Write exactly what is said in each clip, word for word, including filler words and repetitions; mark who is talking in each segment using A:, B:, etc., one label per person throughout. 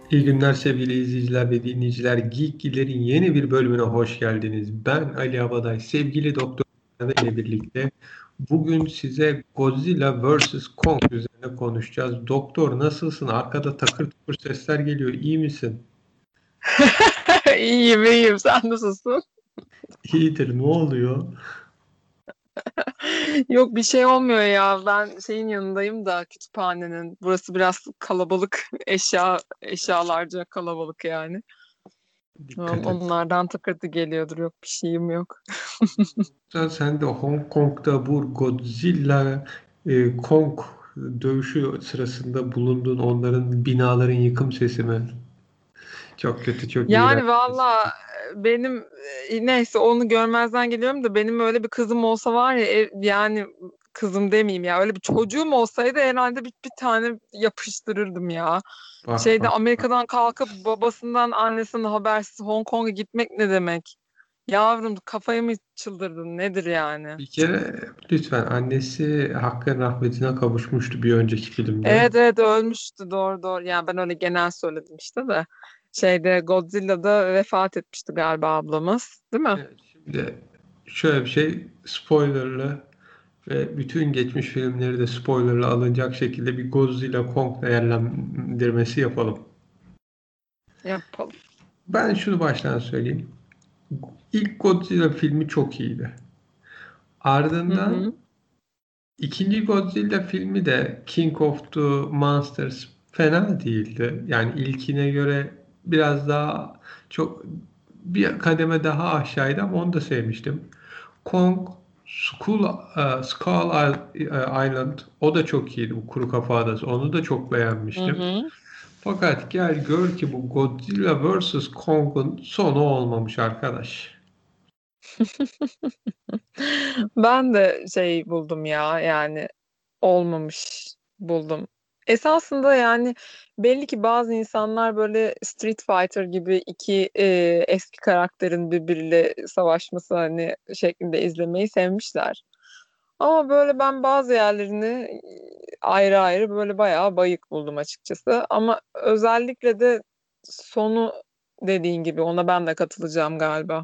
A: İyi günler sevgili izleyiciler ve dinleyiciler. Geekgiler'in yeni bir bölümüne hoş geldiniz. Ben Ali Abaday, sevgili Doktor ile birlikte bugün size Godzilla versus. Kong üzerine konuşacağız. Doktor nasılsın? Arkada takır tukur sesler geliyor. İyi misin?
B: İyiyim iyiyim. Sen nasılsın?
A: İyidir. Ne oluyor?
B: Yok bir şey olmuyor ya. Ben şeyin yanındayım da kütüphanenin. Burası biraz kalabalık. Eşya eşyalarca kalabalık yani. On-
A: Dikkat et.
B: Onlardan tıkırtı geliyordur. Yok bir şeyim yok.
A: Sen sen de Hong Kong'da bu Godzilla e, Kong dövüşü sırasında bulundun. Onların binaların yıkım sesi mi? Çok kötü, çok iğrenç.
B: Yani valla benim e, neyse onu görmezden geliyorum da benim öyle bir kızım olsa var ya ev- yani kızım demeyeyim ya öyle bir çocuğum olsaydı herhalde bir, bir tane yapıştırırdım ya.
A: Bak
B: Şeyde
A: bak.
B: Amerika'dan kalkıp babasından annesinden habersiz Hong Kong'a gitmek ne demek? Yavrum kafayı mı çıldırdın nedir yani?
A: Bir kere lütfen annesi Hakk'ın rahmetine kavuşmuştu bir önceki filmde.
B: Evet evet ölmüştü doğru doğru. Yani ben öyle genel söyledim işte de. Şeyde Godzilla'da vefat etmişti galiba ablamız, değil mi?
A: Evet, şimdi şöyle bir şey spoilerlı ve bütün geçmiş filmleri de spoilerlı alınacak şekilde bir Godzilla Kong değerlendirmesi yapalım.
B: Yapalım.
A: Ben şunu baştan söyleyeyim. İlk Godzilla filmi çok iyiydi.
B: Hı
A: Ardından
B: hı.
A: ikinci Godzilla filmi de King of the Monsters fena değildi. Yani ilkine göre biraz daha çok bir kademe daha aşağıydı ama onu da sevmiştim. Kong, Skull, e, Skull Island o da çok iyiydi. Bu Kuru Kafa Adası. Onu da çok
B: Hı
A: beğenmiştim.
B: hı.
A: Fakat gel gör ki bu Godzilla versus. Kong'un sonu olmamış arkadaş.
B: Ben de şey buldum ya yani olmamış buldum. Esasında yani belli ki bazı insanlar böyle Street Fighter gibi iki e, eski karakterin birbiriyle savaşması hani şeklinde izlemeyi sevmişler. Ama böyle ben bazı yerlerini e, ayrı ayrı böyle bayağı bayık buldum açıkçası. Ama özellikle de sonu dediğin gibi ona ben de katılacağım galiba.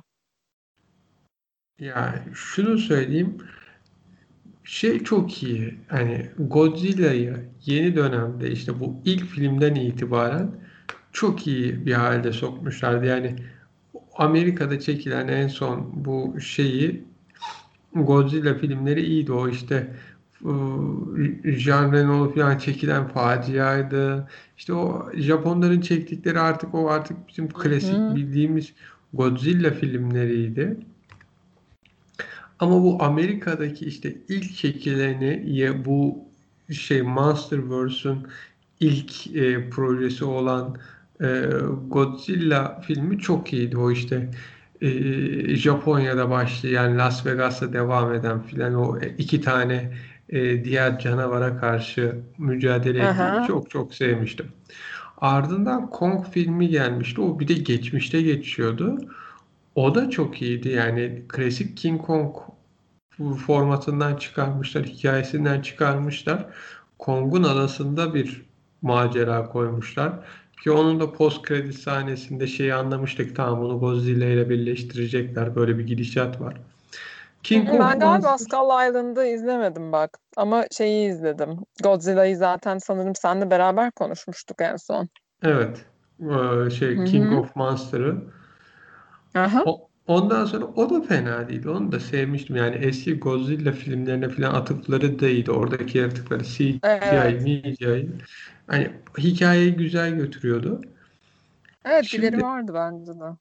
A: Yani şunu söyleyeyim. Şey çok iyi. Hani Godzilla'yı yeni dönemde işte bu ilk filmden itibaren çok iyi bir halde sokmuşlardı. Yani Amerika'da çekilen en son bu şeyi Godzilla filmleri iyiydi. O işte ıı, Jean Reno'lu falan çekilen faciaydı. İşte o Japonların çektikleri artık o artık bizim
B: Hı
A: klasik
B: hı.
A: bildiğimiz Godzilla filmleriydi. Ama bu Amerika'daki işte ilk çekileni ya bu şey Monsterverse'ün ilk e, projesi olan e, Godzilla filmi çok iyiydi. O işte e, Japonya'da başlayan Las Vegas'ta devam eden filan o iki tane e, diğer canavara karşı mücadele ettiğini
B: Aha.
A: çok çok sevmiştim. Ardından Kong filmi gelmişti. O bir de geçmişte geçiyordu. O da çok iyiydi. Yani klasik King Kong formatından çıkarmışlar, hikayesinden çıkarmışlar. Kong'un adasında bir macera koymuşlar. Ki onun da post kredi sahnesinde şeyi anlamıştık. Tamam bunu Godzilla ile birleştirecekler. Böyle bir gidişat var. King
B: Hmm,
A: of
B: ben galiba
A: Monsters.
B: Skull Island'ı izlemedim bak. Ama şeyi izledim. Godzilla'yı zaten sanırım seninle beraber konuşmuştuk en son.
A: Evet. Ee,
B: Hı
A: şey King
B: hı.
A: of Monster'ı.
B: Aha.
A: O, ondan sonra o da fena değildi. Onu da sevmiştim. Yani eski Godzilla filmlerine falan atıfları da iyiydi. Oradaki yaratıkları C G I,
B: Evet.
A: M G I. Hani hikayeyi güzel götürüyordu.
B: Evet gideri
A: Şimdi
B: vardı bence de.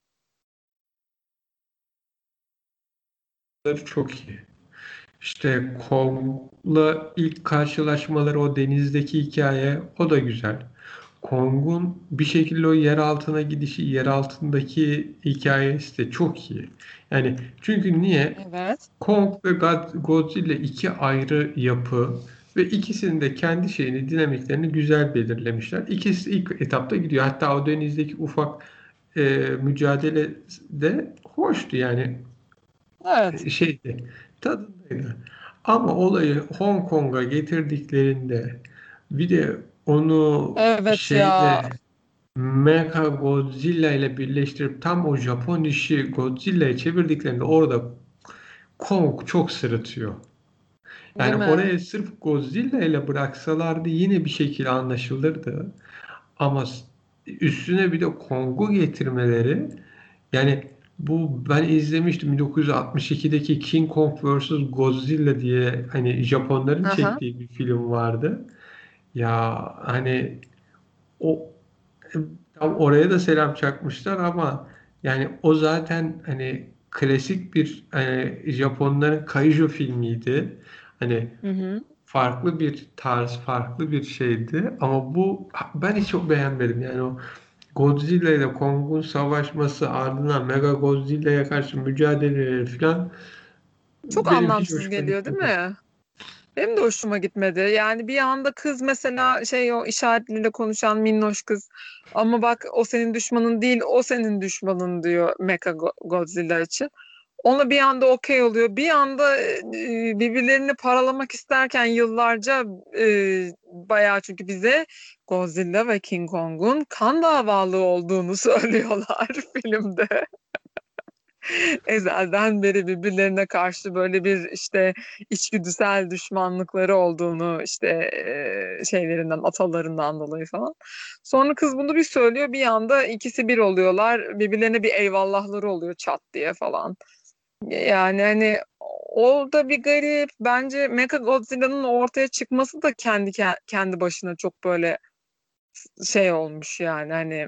A: çok iyi. İşte Kong'la ilk karşılaşmaları o denizdeki hikaye o da güzel. Kong'un bir şekilde o yer altına gidişi, yer altındaki hikayesi de çok iyi. Yani çünkü niye?
B: Evet.
A: Kong ve God- Godzilla iki ayrı yapı ve ikisinin de kendi şeyini, dinamiklerini güzel belirlemişler. İkisi ilk etapta gidiyor. Hatta o denizdeki ufak e, mücadele de hoştu yani
B: Evet.
A: e, şeydi, tadındaydı. Ama olayı Hong Kong'a getirdiklerinde bir de onu
B: Evet
A: şeyde
B: ya.
A: Mega Godzilla ile birleştirip tam o Japon işi Godzilla'ya çevirdiklerinde orada Kong çok sırıtıyor.
B: Değil
A: Yani
B: mi?
A: oraya sırf Godzilla ile bıraksalardı yine bir şekilde anlaşılırdı. Ama s- üstüne bir de Kong'u getirmeleri, yani bu ben izlemiştim bin dokuz yüz altmış ikideki King Kong versus. Godzilla diye, hani Japonların
B: Aha.
A: çektiği bir film vardı. Ya hani o tam oraya da selam çakmışlar ama yani o zaten hani klasik bir hani Japonların kaiju filmiydi. Hani
B: Hı hı.
A: farklı bir tarz, farklı bir şeydi ama bu ben hiç çok beğenmedim. Yani o Godzilla ile Kong'un savaşması, ardından Mega Godzilla'ya karşı mücadeleleri falan
B: Çok
A: benim hiç
B: anlamsız
A: hoşuma
B: geliyor değil
A: gitmedi.
B: mi? Benim de hoşuma gitmedi. Yani bir anda kız mesela şey o işaretliyle konuşan minnoş kız. Ama bak o senin düşmanın değil, o senin düşmanın diyor Mecha Go- Godzilla için. Ona bir anda okey oluyor. Bir anda e, birbirlerini paralamak isterken yıllarca e, bayağı çünkü bize Godzilla ve King Kong'un kan davalı olduğunu söylüyorlar filmde. Ezelden beri birbirlerine karşı böyle bir işte içgüdüsel düşmanlıkları olduğunu işte e, şeylerinden, atalarından dolayı falan. Sonra kız bunu bir söylüyor, bir anda ikisi bir oluyorlar. Birbirlerine bir eyvallahları oluyor çat diye falan. Yani hani o da bir garip. Bence Mechagodzilla'nın ortaya çıkması da kendi kendi başına çok böyle şey olmuş yani hani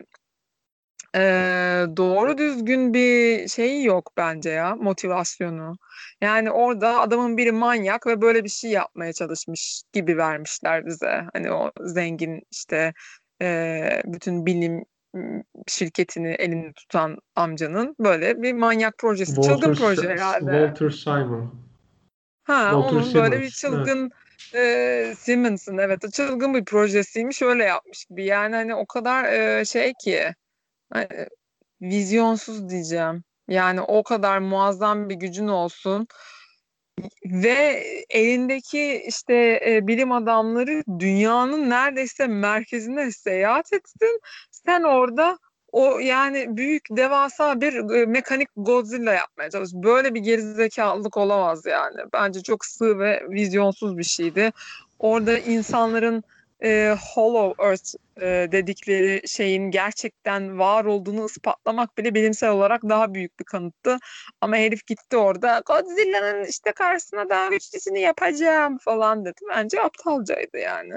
B: ee, doğru düzgün bir şey yok bence ya motivasyonu. Yani orada adamın biri manyak ve böyle bir şey yapmaya çalışmış gibi vermişler bize. Hani o zengin işte e, bütün bilim m, şirketini elinde tutan amcanın böyle bir manyak projesi,
A: Walter,
B: çılgın proje
A: S-
B: herhalde.
A: Walter Simon.
B: Ha,
A: Walter
B: onun böyle bir
A: Simmons. Evet.
B: çılgın e, Simmons'ın evet çılgın bir projesiymiş öyle yapmış gibi. Yani hani o kadar e, şey ki. Hani vizyonsuz diyeceğim. Yani o kadar muazzam bir gücün olsun ve elindeki işte e, bilim adamları dünyanın neredeyse merkezine seyahat etsin. Sen orada o yani büyük devasa bir e, mekanik Godzilla yapmaya çalış. Böyle bir gerizekalılık olamaz yani. Bence çok sığ ve vizyonsuz bir şeydi. Orada insanların e, Hollow Earth e, dedikleri şeyin gerçekten var olduğunu ispatlamak bile bilimsel olarak daha büyük bir kanıttı. Ama herif gitti orada Godzilla'nın işte karşısına daha güçlüsünü yapacağım falan dedi. Bence aptalcaydı yani.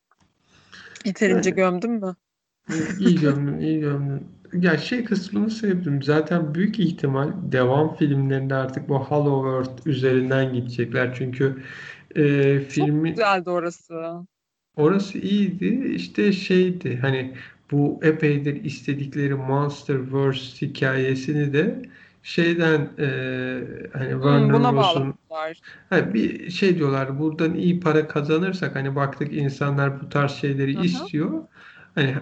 B: Yeterince
A: Yani
B: gömdüm mü?
A: iyi gömdün, iyi gömdün. Ya şey kısmını sevdim. Zaten büyük ihtimal devam filmlerinde artık bu Hollow Earth üzerinden gidecekler. Çünkü e,
B: Çok
A: filmin
B: güzeldi orası.
A: orası iyiydi. İşte şeydi hani bu epeydir istedikleri Monsterverse hikayesini de şeyden e, hani
B: Hmm,
A: Warner
B: buna
A: Bros'un,
B: bağladılar.
A: ha, bir şey diyorlar, buradan iyi para kazanırsak, hani baktık insanlar bu tarz şeyleri
B: Hı hı.
A: istiyor. Hani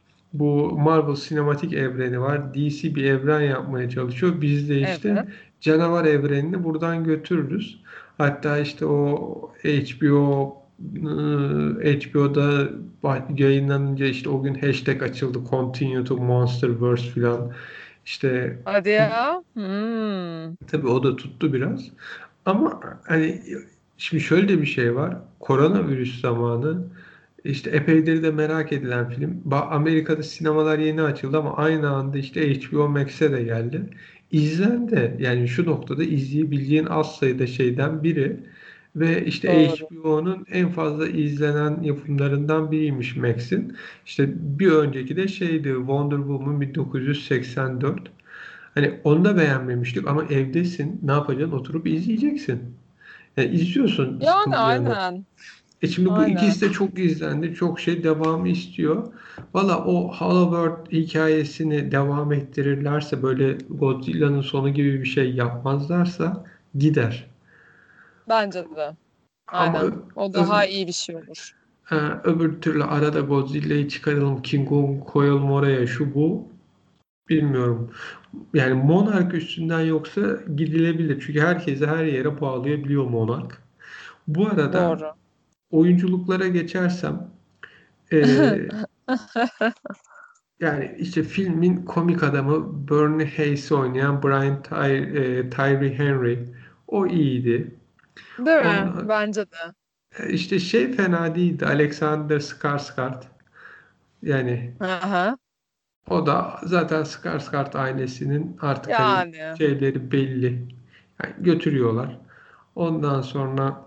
A: bu Marvel sinematik evreni var. D C bir evren yapmaya çalışıyor. Biz de işte
B: Evet.
A: canavar evrenini buradan götürürüz. Hatta işte o H B O ıı, H B O'da yayınlanınca işte o gün hashtag açıldı. Continue to Monsterverse filan. İşte
B: Hadi ya. Hmm.
A: tabii o da tuttu biraz. Ama hani şimdi şöyle de bir şey var. Koronavirüs zamanı işte epeydir de merak edilen film. Ba- Amerika'da sinemalar yeni açıldı ama aynı anda işte H B O Max'e de geldi. İzlendi. Yani şu noktada izleyebileceğin az sayıda şeyden biri. Ve işte
B: Doğru.
A: H B O'nun en fazla izlenen yapımlarından biriymiş Max'in. İşte bir önceki de şeydi, Wonder Woman bin dokuz yüz seksen dört. Hani onu da beğenmemiştik ama evdesin. Ne yapacaksın? Oturup izleyeceksin. Yani izliyorsun
B: Yani
A: sıkılacağını.
B: aynen.
A: E şimdi bu
B: Aynen.
A: ikisi de çok izlendi. Çok şey devamı istiyor. Valla o Hollow hikayesini devam ettirirlerse, böyle Godzilla'nın sonu gibi bir şey yapmazlarsa gider.
B: Bence de.
A: Ama
B: Aynen.
A: ö-
B: O daha
A: öbür,
B: iyi bir şey olur.
A: e, öbür türlü arada Godzilla'yı çıkaralım, King Kong koyalım oraya, şu bu. Bilmiyorum. Yani Monark üstünden yoksa gidilebilir. Çünkü herkese her yere bağlayabiliyor Monark. Bu arada
B: Doğru.
A: oyunculuklara geçersem, e, Yani işte filmin komik adamı Bernie Hayes'i oynayan Brian Ty e, Tyree Henry. O iyiydi.
B: Değil mi?
A: Ondan,
B: Bence de.
A: e, işte şey fena değildi. Alexander Skarsgård. Yani
B: Aha.
A: o da zaten Skarsgård ailesinin artık hani
B: Yani.
A: şeyleri belli. Yani götürüyorlar. Ondan sonra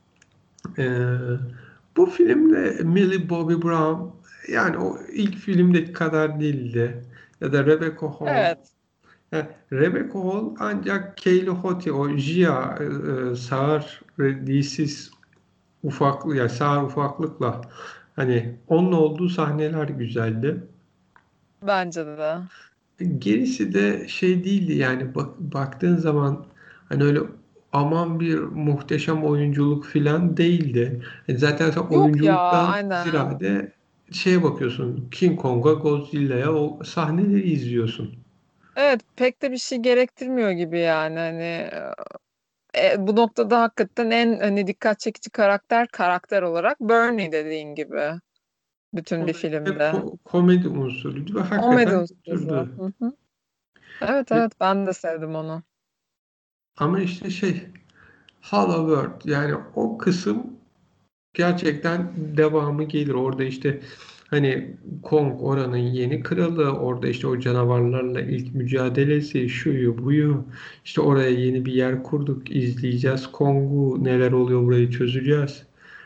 A: e, bu filmde Millie Bobby Brown yani o ilk filmdeki kadar değildi. Ya da Rebecca Hall.
B: Evet.
A: Yani Rebecca Hall ancak Kaylee Hottie o Gia e, e, sağır ve dilsiz ufaklık yani sağır ufaklıkla hani onun olduğu sahneler güzeldi.
B: Bence de.
A: Gerisi de şey değildi yani bak, baktığın zaman hani öyle aman bir muhteşem oyunculuk falan değildi. E zaten sen
B: Yok ya,
A: oyunculuktan
B: aynen.
A: ziyade şeye bakıyorsun King Kong'a, Godzilla'ya o sahneleri izliyorsun.
B: Evet, pek de bir şey gerektirmiyor gibi yani hani e, bu noktada hakikaten en hani dikkat çekici karakter karakter olarak Bernie dediğin gibi bütün bir
A: O da işte
B: filmde.
A: ko- komedi unsuruydu ve
B: Komedi
A: hakikaten
B: unsuru.
A: götürdü.
B: Hı hı. Evet
A: E,
B: evet, ben de sevdim onu.
A: ama işte şey Hollow World yani o kısım gerçekten devamı gelir. Orada işte hani Kong oranın yeni kralı. Orada işte o canavarlarla ilk mücadelesi şuyu buyu. İşte oraya yeni bir yer kurduk. İzleyeceğiz Kong'u. Neler oluyor burayı çözeceğiz.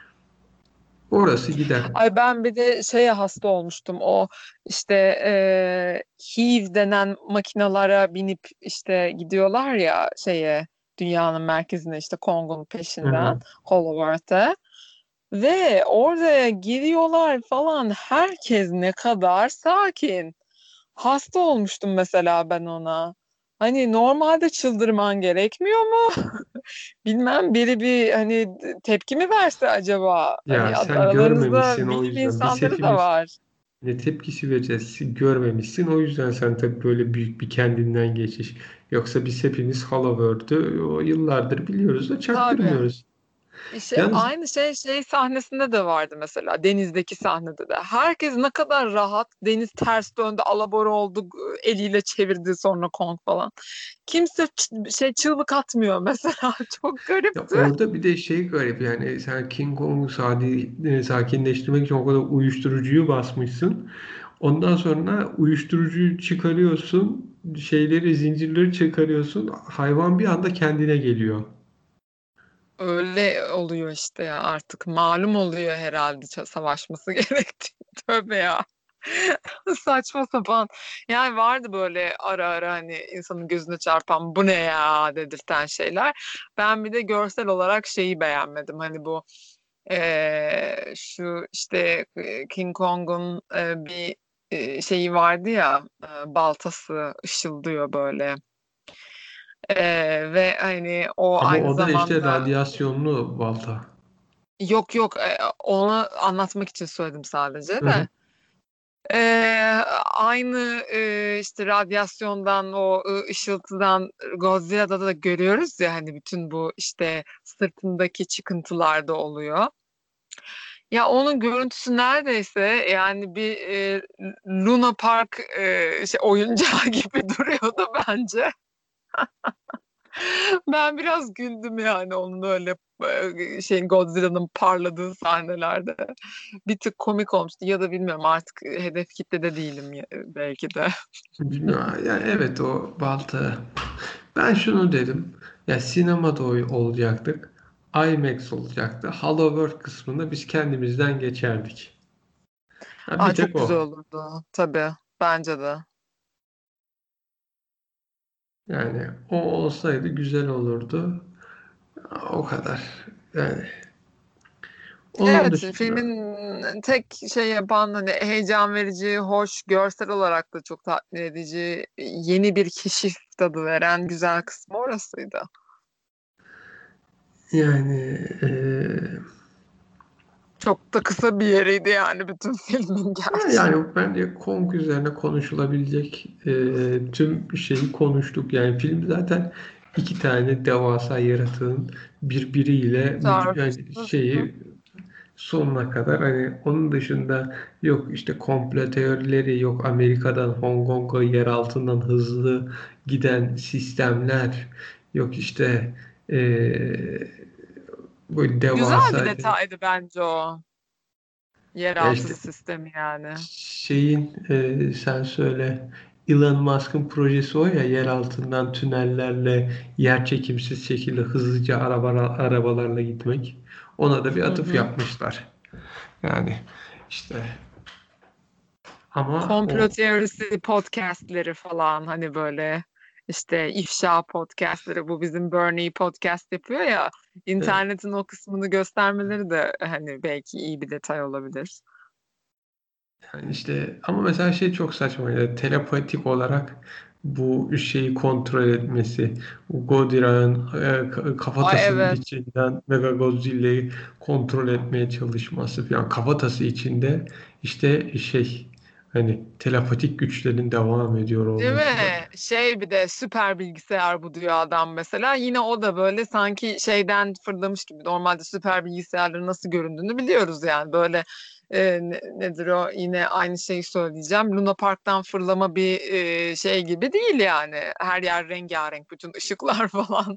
A: Orası gider.
B: Ay ben bir de şeye hasta olmuştum. O işte e, Hive denen makinalara binip işte gidiyorlar ya şeye dünyanın merkezine işte Kongo'nun
A: Hı
B: peşinden
A: hı.
B: Hollowworth'e. Ve oraya giriyorlar falan herkes ne kadar sakin. Hasta olmuştum mesela ben ona. Hani normalde çıldırman gerekmiyor mu? Bilmem biri bir hani tepki mi verse acaba?
A: Ya
B: Hani ar-
A: sen
B: aralarınızda
A: görmemişsin o
B: bilim
A: yüzden. Biz
B: insanları da
A: hepimiz
B: var.
A: ne tepkisi vereceğiz görmemişsin. O yüzden sen tabii böyle büyük bir kendinden geçiş. Yoksa biz hepimiz Halaworld'ü o yıllardır biliyoruz da
B: Tabii.
A: çaktırmıyoruz.
B: İşte
A: Yalnız
B: aynı şey şey sahnesinde de vardı mesela denizdeki sahnede de. Herkes ne kadar rahat. Deniz ters döndü, alabora oldu, eliyle çevirdi sonra Kong falan. Kimse ç- şey çığlık atmıyor mesela. Çok
A: ya
B: garipti.
A: orada bir de şey garip yani sen King Kong'u sadi, e, sakinleştirmek için o kadar uyuşturucuyu basmışsın. Ondan sonra uyuşturucuyu çıkarıyorsun, şeyleri, zincirleri çıkarıyorsun. Hayvan bir anda kendine geliyor.
B: Öyle oluyor işte ya, artık malum oluyor herhalde ça- savaşması gerektiği. Tövbe ya. Saçma sapan. Yani vardı böyle ara ara hani insanın gözüne çarpan bu ne ya dedirten şeyler. Ben bir de görsel olarak şeyi beğenmedim. Hani bu eee, şu işte e, King Kong'un e, bir e, şeyi vardı ya, e, baltası ışıldıyor böyle. Eee, ve hani o
A: Ama
B: aynı
A: o da işte
B: zamanda
A: radyasyonlu balta.
B: yok yok, e, onu anlatmak için söyledim sadece
A: Hı hı.
B: de. Ee, aynı e, işte radyasyondan o ı, ışıltıdan Godzilla'da da görüyoruz ya hani bütün bu işte sırtındaki çıkıntılar da oluyor. Ya onun görüntüsü neredeyse yani bir e, Luna Park e, şey oyuncağı gibi duruyordu bence. Ben biraz güldüm yani onun öyle e, şeyin Godzilla'nın parladığı sahnelerde. Bir tık komik olmuştu ya da bilmiyorum, artık hedef kitlede değilim ya- belki de.
A: Bilmiyorum. Yani evet o balta. Ben şunu dedim. Ya sinemada oy- olacaktık. IMAX olacaktı. Holoworld kısmında biz kendimizden geçerdik. Ha,
B: Aa,
A: bir tek
B: çok güzel
A: o.
B: olurdu tabii, bence de.
A: Yani o olsaydı güzel olurdu. O kadar. Yani onun
B: Evet,
A: dışında
B: filmin tek şey yapan hani heyecan verici, hoş, görsel olarak da çok tatmin edici, yeni bir keşif tadı veren güzel kısmı orasıydı.
A: yani eee,
B: Çok da kısa bir yeriydi yani bütün filmin
A: ha,
B: gerçi.
A: yani bence Kong üzerine konuşulabilecek eee, tüm şeyi konuştuk. Yani film zaten iki tane devasa yaratığın birbiriyle müc- yani
B: Çarpışması.
A: şeyi sonuna kadar. Hani onun dışında yok işte komplo teorileri, yok Amerika'dan Hong Kong'a yer altından hızlı giden sistemler, yok işte eee böyle
B: Güzel bir
A: devasa
B: detaydı bence o.
A: ya
B: Yeraltı
A: işte
B: sistemi yani.
A: şeyin eee, sen söyle, Elon Musk'ın projesi o ya, yer altından tünellerle yer çekimsiz şekilde hızlıca araba, arabalarla gitmek. Ona da bir
B: Hı
A: atıf
B: hı.
A: yapmışlar. Yani işte ama
B: Komplo
A: o
B: teorisi podcastleri falan hani böyle işte ifşa podcastleri bu bizim Bernie podcast yapıyor ya
A: e,
B: internetin o kısmını göstermeleri de hani belki iyi bir detay olabilir.
A: yani işte ama mesela şey çok saçma ya, telepatik olarak bu şeyi kontrol etmesi, bu Godzilla'nın e, ka-
B: Ay
A: kafatasının
B: evet.
A: içinden Mechagodzilla'yı kontrol etmeye çalışması falan, kafatası içinde işte şey, hani telepatik güçlerin devam ediyor
B: Değil
A: olması da.
B: mi? Şey bir de süper bilgisayar bu diyor adam mesela. Yine o da böyle sanki şeyden fırlamış gibi. Normalde süper bilgisayarların nasıl göründüğünü biliyoruz yani. Böyle e, ne- nedir o? Yine aynı şeyi söyleyeceğim. Luna Park'tan fırlama bir e, şey gibi değil yani. Her yer rengarenk, bütün ışıklar falan.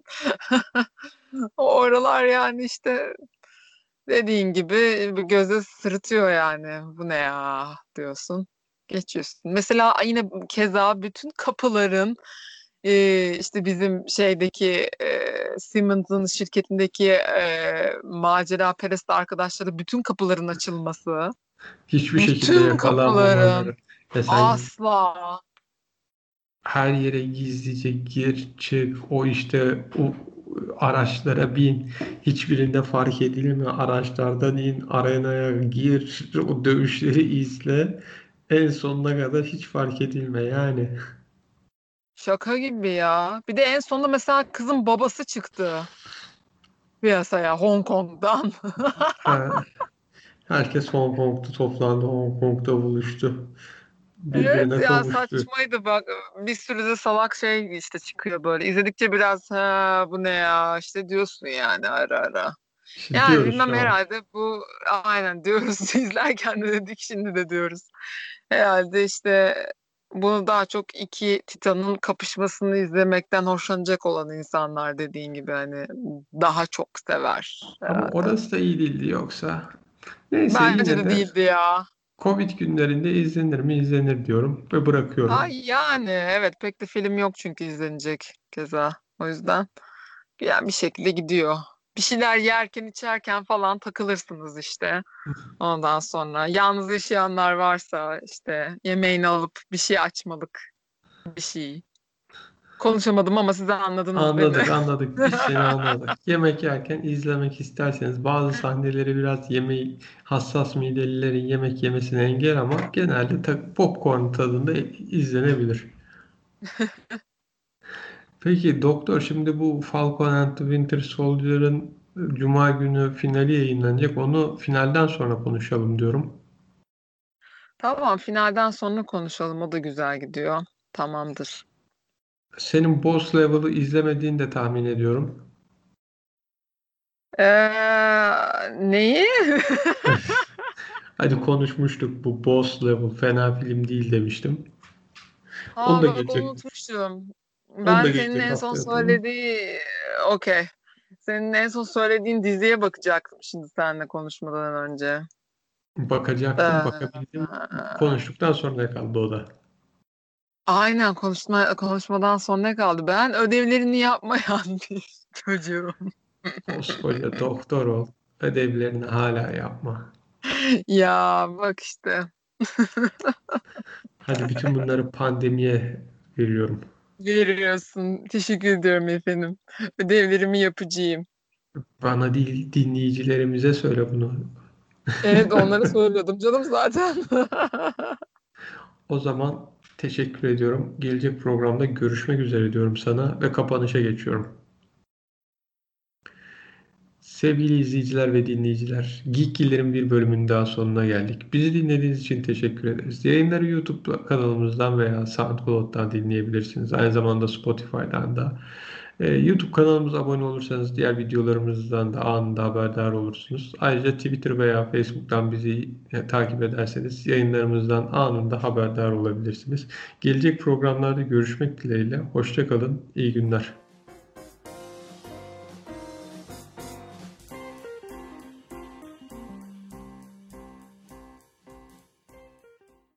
B: O oralar yani işte dediğin gibi bir göze sırıtıyor yani. Bu ne ya diyorsun. Geçiyorsun. Mesela yine keza bütün kapıların e, işte bizim şeydeki e, Siemens'ın şirketindeki e, macera perest arkadaşları bütün kapıların açılması.
A: Hiçbir şekilde
B: Bütün kapıların
A: yakalanmamaları. Ya sen
B: asla.
A: her yere gizlice gir çık, o işte o araçlara bin, hiçbirinde fark edilme, araçlardan in, arenaya gir, o dövüşleri izle, en sonuna kadar hiç fark edilme yani.
B: Şaka gibi ya. Bir de en sonunda mesela kızın babası çıktı piyasaya Hong Kong'dan.
A: Ha, herkes Hong Kong'da toplandı, Hong Kong'da buluştu,
B: Evet
A: birbirine
B: ya
A: kavuştu.
B: saçmaydı bak bir sürü de salak şey işte çıkıyor böyle izledikçe biraz ha bu ne ya işte diyorsun yani ara ara.
A: İşte
B: Yani
A: diyoruz
B: bilmem
A: şu an.
B: herhalde bu aynen diyoruz izlerken de dedik şimdi de diyoruz. Herhalde işte bunu daha çok iki Titan'ın kapışmasını izlemekten hoşlanacak olan insanlar dediğin gibi hani daha çok sever
A: Ama
B: herhalde.
A: orası da iyi değildi yoksa. Neyse,
B: Bence
A: yine
B: de
A: de
B: değildi ya.
A: Covid günlerinde izlenir mi izlenir diyorum ve bırakıyorum.
B: Ay yani evet pek de film yok çünkü izlenecek keza. O yüzden yani bir şekilde gidiyor. Bir şeyler yerken içerken falan takılırsınız işte. Ondan sonra yalnız yaşayanlar varsa işte yemeğini alıp bir şey açmalık bir şey. Konuşamadım ama siz anladınız beni.
A: Anladık, anladık. Biz seni anladık. Yemek yerken izlemek isterseniz, bazı sahneleri biraz yemeği hassas midelilerin yemek yemesine engel ama genelde ta- popcorn tadında izlenebilir. Peki doktor, şimdi bu Falcon and the Winter Soldier'ın Cuma günü finali yayınlanacak. Onu finalden sonra konuşalım diyorum.
B: Tamam finalden sonra konuşalım o da güzel gidiyor. Tamamdır.
A: Senin Boss Level'ı izlemediğini de tahmin ediyorum.
B: Ee, neyi?
A: Hadi konuşmuştuk, bu Boss Level fena film değil demiştim. Onu
B: Aa
A: da
B: bak onu
A: gelecek.
B: unutmuşum.
A: Onu
B: Ben
A: da
B: senin
A: gelecek
B: en son
A: hafta yapalım.
B: söylediği okey. Senin en son söylediğin diziye bakacaktım şimdi seninle konuşmadan önce.
A: Bakacaktım, bakabildim.
B: Ee,
A: Konuştuktan sonra kaldı o da.
B: aynen konuşma konuşmadan sonra ne kaldı? Ben ödevlerini yapmayan bir çocuğum.
A: Koskoca doktor ol. Ödevlerini hala yapma.
B: Ya bak işte.
A: Hadi bütün bunları pandemiye veriyorum.
B: Veriyorsun. Teşekkür ediyorum efendim. Ödevlerimi yapacağım.
A: Bana değil, dinleyicilerimize söyle bunu.
B: Evet onları söylüyordum canım zaten.
A: O zaman teşekkür ediyorum. Gelecek programda görüşmek üzere diyorum sana ve kapanışa geçiyorum. Sevgili izleyiciler ve dinleyiciler, Geekgiller'in bir bölümünün daha sonuna geldik. Bizi dinlediğiniz için teşekkür ederiz. Yayınları YouTube kanalımızdan veya SoundCloud'dan dinleyebilirsiniz. Aynı zamanda Spotify'dan da. Ee, YouTube kanalımıza abone olursanız diğer videolarımızdan da anında haberdar olursunuz. Ayrıca Twitter veya Facebook'tan bizi e, takip ederseniz yayınlarımızdan anında haberdar olabilirsiniz. Gelecek programlarda görüşmek dileğiyle. Hoşça kalın, iyi günler.